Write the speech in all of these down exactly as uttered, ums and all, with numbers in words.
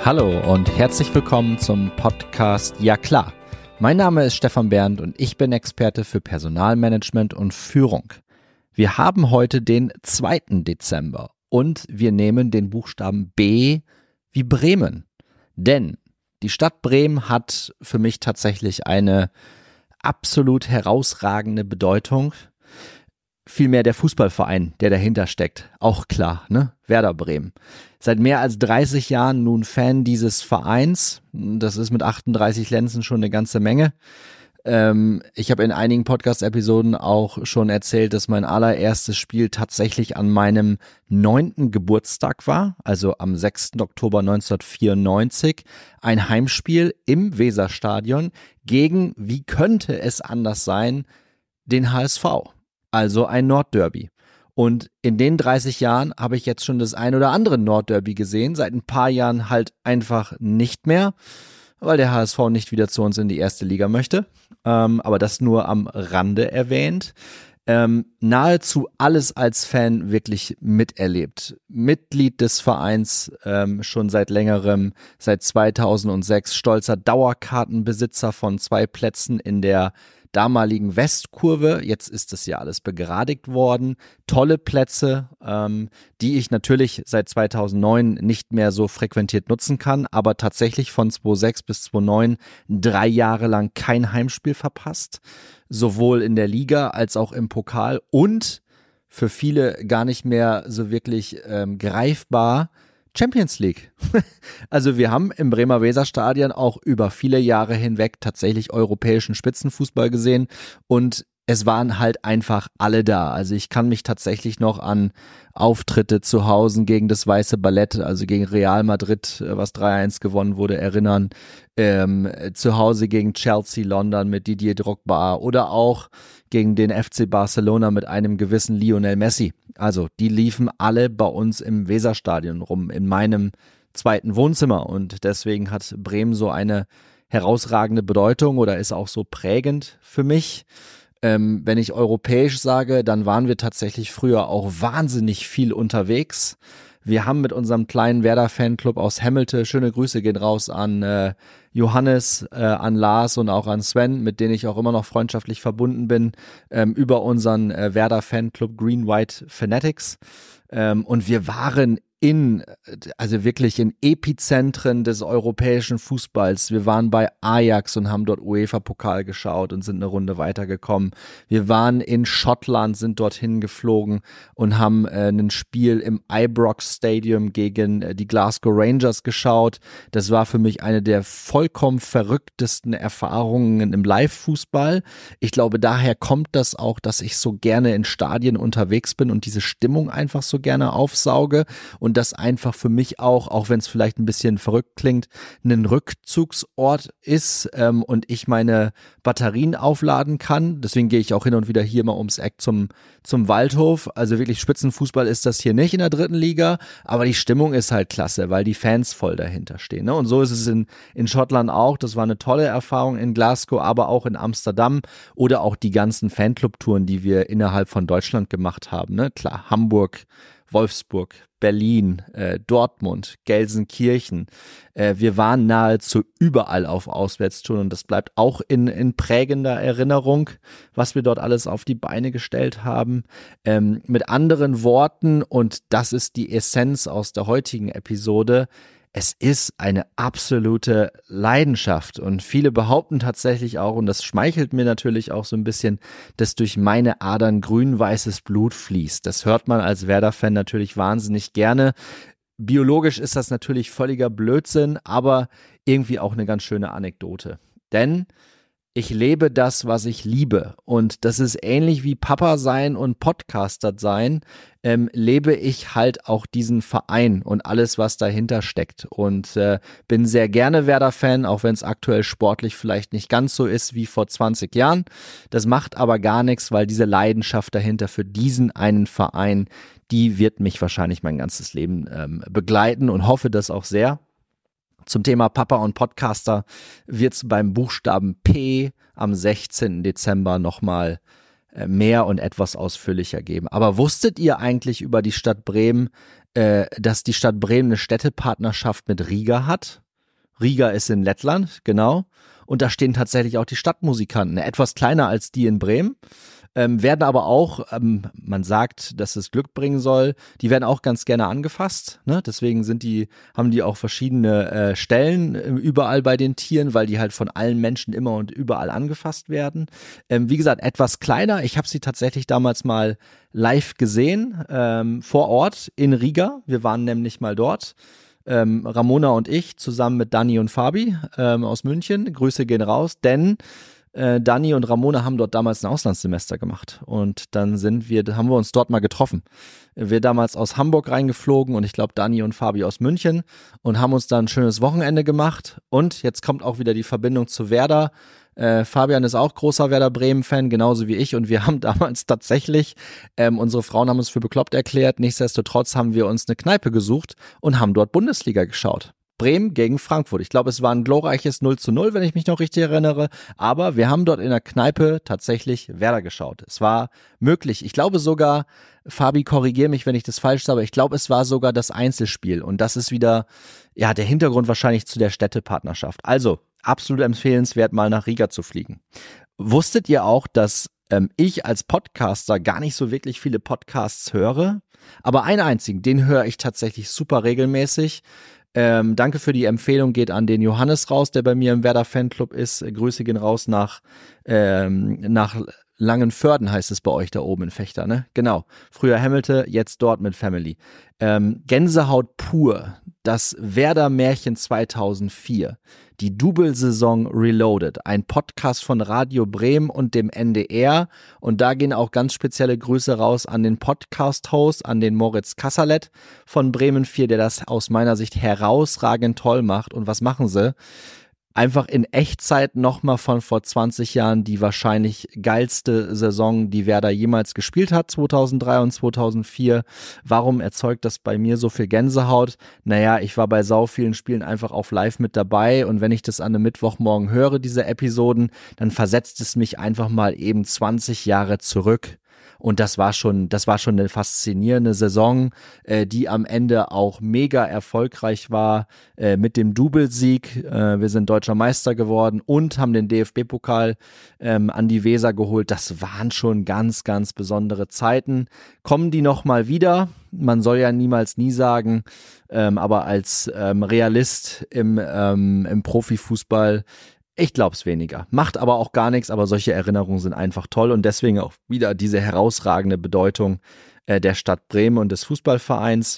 Hallo und herzlich willkommen zum Podcast Ja klar. Mein Name ist Stefan Bernd und ich bin Experte für Personalmanagement und Führung. Wir haben heute den zweiten Dezember und wir nehmen den Buchstaben B wie Bremen. Denn die Stadt Bremen hat für mich tatsächlich eine absolut herausragende Bedeutung. Vielmehr der Fußballverein, der dahinter steckt. Auch klar, ne? Werder Bremen. Seit mehr als dreißig Jahren nun Fan dieses Vereins. Das ist mit achtunddreißig Lenzen schon eine ganze Menge. Ähm, ich habe in einigen Podcast-Episoden auch schon erzählt, dass mein allererstes Spiel tatsächlich an meinem neunten Geburtstag war, also am sechsten Oktober neunzehnhundertvierundneunzig. Ein Heimspiel im Weserstadion gegen, wie könnte es anders sein, den H S V. Also ein Nordderby. Und in den dreißig Jahren habe ich jetzt schon das ein oder andere Nordderby gesehen, seit ein paar Jahren halt einfach nicht mehr, weil der H S V nicht wieder zu uns in die erste Liga möchte. Ähm, aber das nur am Rande erwähnt. Ähm, nahezu alles als Fan wirklich miterlebt. Mitglied des Vereins ähm, schon seit längerem, seit zweitausendsechs, stolzer Dauerkartenbesitzer von zwei Plätzen in der damaligen Westkurve. Jetzt ist das ja alles begradigt worden. Tolle Plätze, ähm, die ich natürlich seit zweitausendneun nicht mehr so frequentiert nutzen kann, aber tatsächlich von zweitausendsechs bis zweitausendneun drei Jahre lang kein Heimspiel verpasst, sowohl in der Liga als auch im Pokal und für viele gar nicht mehr so wirklich ähm, greifbar, Champions League. Also wir haben im Bremer Weserstadion auch über viele Jahre hinweg tatsächlich europäischen Spitzenfußball gesehen und es waren halt einfach alle da. Also ich kann mich tatsächlich noch an Auftritte zu Hause gegen das Weiße Ballett, also gegen Real Madrid, was drei eins gewonnen wurde, erinnern. Ähm, zu Hause gegen Chelsea London mit Didier Drogba oder auch gegen den F C Barcelona mit einem gewissen Lionel Messi. Also die liefen alle bei uns im Weserstadion rum, in meinem zweiten Wohnzimmer und deswegen hat Bremen so eine herausragende Bedeutung oder ist auch so prägend für mich. Ähm, wenn ich europäisch sage, dann waren wir tatsächlich früher auch wahnsinnig viel unterwegs. Wir haben mit unserem kleinen Werder-Fanclub aus Hamilton, schöne Grüße gehen raus an äh, Johannes, äh, an Lars und auch an Sven, mit denen ich auch immer noch freundschaftlich verbunden bin, ähm, über unseren äh, Werder-Fanclub Green White Fanatics. Ähm, und wir waren in, also wirklich in Epizentren des europäischen Fußballs. Wir waren bei Ajax und haben dort UEFA-Pokal geschaut und sind eine Runde weitergekommen. Wir waren in Schottland, sind dorthin geflogen und haben äh, ein Spiel im Ibrox Stadium gegen äh, die Glasgow Rangers geschaut. Das war für mich eine der vollkommen verrücktesten Erfahrungen im Live-Fußball. Ich glaube, daher kommt das auch, dass ich so gerne in Stadien unterwegs bin und diese Stimmung einfach so gerne aufsauge und das einfach für mich auch, auch wenn es vielleicht ein bisschen verrückt klingt, ein Rückzugsort ist ähm, und ich meine Batterien aufladen kann. Deswegen gehe ich auch hin und wieder hier mal ums Eck zum, zum Waldhof. Also wirklich Spitzenfußball ist das hier nicht in der dritten Liga, aber die Stimmung ist halt klasse, weil die Fans voll dahinter stehen. Ne? Und so ist es in, in Schottland auch. Das war eine tolle Erfahrung in Glasgow, aber auch in Amsterdam oder auch die ganzen Fanclub-Touren, die wir innerhalb von Deutschland gemacht haben. Ne? Klar, Hamburg, Wolfsburg, Berlin, äh, Dortmund, Gelsenkirchen. Äh, wir waren nahezu überall auf Auswärtstouren und das bleibt auch in, in prägender Erinnerung, was wir dort alles auf die Beine gestellt haben. Ähm, mit anderen Worten, und das ist die Essenz aus der heutigen Episode, es ist eine absolute Leidenschaft und viele behaupten tatsächlich auch, und das schmeichelt mir natürlich auch so ein bisschen, dass durch meine Adern grün-weißes Blut fließt. Das hört man als Werder-Fan natürlich wahnsinnig gerne. Biologisch ist das natürlich völliger Blödsinn, aber irgendwie auch eine ganz schöne Anekdote. Denn ich lebe das, was ich liebe. Und das ist ähnlich wie Papa sein und Podcaster sein, ähm, lebe ich halt auch diesen Verein und alles, was dahinter steckt. Und äh, bin sehr gerne Werder-Fan, auch wenn es aktuell sportlich vielleicht nicht ganz so ist wie vor zwanzig Jahren. Das macht aber gar nichts, weil diese Leidenschaft dahinter für diesen einen Verein, die wird mich wahrscheinlich mein ganzes Leben ähm, begleiten und hoffe das auch sehr. Zum Thema Papa und Podcaster wird es beim Buchstaben P am sechzehnten Dezember nochmal äh, mehr und etwas ausführlicher geben. Aber wusstet ihr eigentlich über die Stadt Bremen, äh, dass die Stadt Bremen eine Städtepartnerschaft mit Riga hat? Riga ist in Lettland, genau. Und da stehen tatsächlich auch die Stadtmusikanten, etwas kleiner als die in Bremen. Ähm, werden aber auch, ähm, man sagt, dass es Glück bringen soll, die werden auch ganz gerne angefasst, ne? Deswegen sind die, haben die auch verschiedene äh, Stellen äh, überall bei den Tieren, weil die halt von allen Menschen immer und überall angefasst werden. Ähm, wie gesagt, etwas kleiner, ich habe sie tatsächlich damals mal live gesehen, ähm, vor Ort in Riga, wir waren nämlich mal dort. Ähm, Ramona und ich zusammen mit Dani und Fabi ähm, aus München, Grüße gehen raus, denn Äh, Dani und Ramona haben dort damals ein Auslandssemester gemacht und dann sind wir, haben wir uns dort mal getroffen. Wir damals aus Hamburg reingeflogen und ich glaube Dani und Fabi aus München und haben uns dann ein schönes Wochenende gemacht und jetzt kommt auch wieder die Verbindung zu Werder. Äh, Fabian ist auch großer Werder Bremen-Fan, genauso wie ich und wir haben damals tatsächlich, ähm, unsere Frauen haben uns für bekloppt erklärt, nichtsdestotrotz haben wir uns eine Kneipe gesucht und haben dort Bundesliga geschaut. Bremen gegen Frankfurt. Ich glaube, es war ein glorreiches null zu null, wenn ich mich noch richtig erinnere. Aber wir haben dort in der Kneipe tatsächlich Werder geschaut. Es war möglich. Ich glaube sogar, Fabi, korrigiere mich, wenn ich das falsch sage, aber ich glaube, es war sogar das Einzelspiel. Und das ist wieder, ja, der Hintergrund wahrscheinlich zu der Städtepartnerschaft. Also, absolut empfehlenswert, mal nach Riga zu fliegen. Wusstet ihr auch, dass ähm, ich als Podcaster gar nicht so wirklich viele Podcasts höre? Aber einen einzigen, den höre ich tatsächlich super regelmäßig. Ähm, danke für die Empfehlung, geht an den Johannes raus, der bei mir im Werder Fanclub ist. Grüße gehen raus nach, ähm, nach Langenförden heißt es bei euch da oben in Vechta, ne? Genau. Früher Hemmelte, jetzt dort mit Family. Ähm, Gänsehaut pur. Das Werder-Märchen zweitausendvier. Die Double-Saison Reloaded. Ein Podcast von Radio Bremen und dem N D R. Und da gehen auch ganz spezielle Grüße raus an den Podcast-Host, an den Moritz Kasserlet von Bremen vier, der das aus meiner Sicht herausragend toll macht. Und was machen sie? Einfach in Echtzeit nochmal von vor zwanzig Jahren die wahrscheinlich geilste Saison, die Werder jemals gespielt hat, zweitausenddrei und zweitausendvier. Warum erzeugt das bei mir so viel Gänsehaut? Naja, ich war bei sau vielen Spielen einfach auf live mit dabei und wenn ich das an einem Mittwochmorgen höre, diese Episoden, dann versetzt es mich einfach mal eben zwanzig Jahre zurück. Und das war schon, das war schon eine faszinierende Saison, äh, die am Ende auch mega erfolgreich war äh, mit dem Doublesieg. Äh, wir sind deutscher Meister geworden und haben den D F B-Pokal ähm, an die Weser geholt. Das waren schon ganz, ganz besondere Zeiten. Kommen die nochmal wieder? Man soll ja niemals nie sagen, ähm, aber als ähm, Realist im, ähm, im Profifußball, ich glaube es weniger. Macht aber auch gar nichts, aber solche Erinnerungen sind einfach toll und deswegen auch wieder diese herausragende Bedeutung äh, der Stadt Bremen und des Fußballvereins.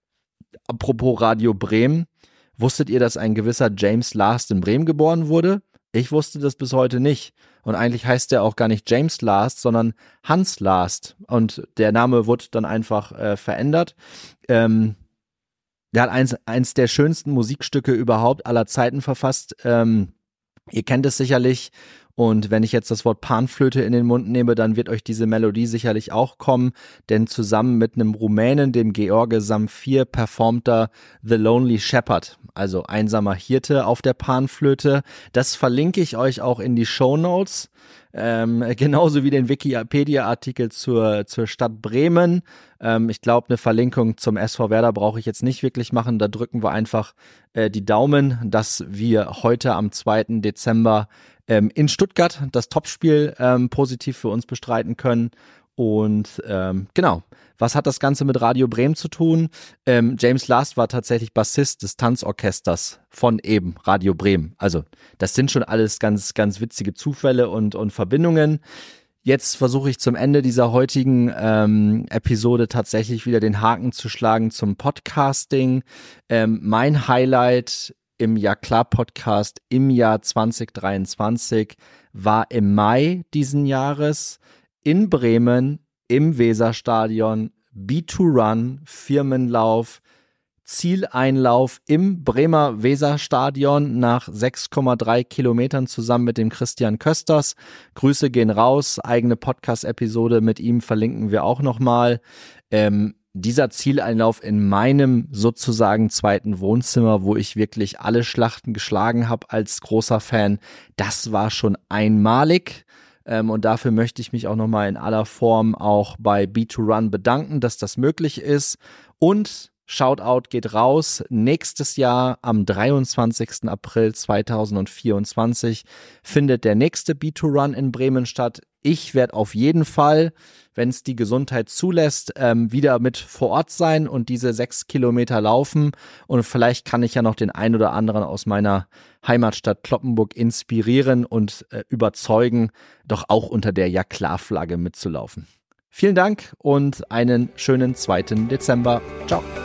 Apropos Radio Bremen, wusstet ihr, dass ein gewisser James Last in Bremen geboren wurde? Ich wusste das bis heute nicht. Und eigentlich heißt er auch gar nicht James Last, sondern Hans Last. Und der Name wurde dann einfach äh, verändert. Ähm, der hat eins, eins der schönsten Musikstücke überhaupt aller Zeiten verfasst. Ähm, Ihr kennt es sicherlich und wenn ich jetzt das Wort Panflöte in den Mund nehme, dann wird euch diese Melodie sicherlich auch kommen, denn zusammen mit einem Rumänen, dem George Samphir, performt er The Lonely Shepherd, also einsamer Hirte auf der Panflöte. Das verlinke ich euch auch in die Shownotes, ähm, genauso wie den Wikipedia-Artikel zur, zur Stadt Bremen. Ähm, ich glaube, eine Verlinkung zum S V Werder brauche ich jetzt nicht wirklich machen. Da drücken wir einfach äh, die Daumen, dass wir heute am zweiten Dezember ähm, in Stuttgart das Topspiel ähm, positiv für uns bestreiten können. Und ähm, genau, was hat das Ganze mit Radio Bremen zu tun? Ähm, James Last war tatsächlich Bassist des Tanzorchesters von eben Radio Bremen. Also das sind schon alles ganz, ganz witzige Zufälle und, und Verbindungen. Jetzt versuche ich zum Ende dieser heutigen ähm, Episode tatsächlich wieder den Haken zu schlagen zum Podcasting. Ähm, mein Highlight im Ja klar Podcast im Jahr zwanzig dreiundzwanzig war im Mai diesen Jahres in Bremen im Weserstadion, B zwei Run, Firmenlauf, Zieleinlauf im Bremer Weserstadion nach sechs Komma drei Kilometern zusammen mit dem Christian Kösters. Grüße gehen raus, eigene Podcast-Episode mit ihm verlinken wir auch nochmal. Ähm, dieser Zieleinlauf in meinem sozusagen zweiten Wohnzimmer, wo ich wirklich alle Schlachten geschlagen habe als großer Fan, das war schon einmalig. Ähm, und dafür möchte ich mich auch nochmal in aller Form auch bei B zwei Run bedanken, dass das möglich ist. Und Shoutout geht raus. Nächstes Jahr am dreiundzwanzigsten April zweitausendvierundzwanzig findet der nächste B zwei Run in Bremen statt. Ich werde auf jeden Fall, wenn es die Gesundheit zulässt, ähm, wieder mit vor Ort sein und diese sechs Kilometer laufen. Und vielleicht kann ich ja noch den einen oder anderen aus meiner Heimatstadt Cloppenburg inspirieren und äh, überzeugen, doch auch unter der Ja-Klar-Flagge mitzulaufen. Vielen Dank und einen schönen zweiten Dezember. Ciao.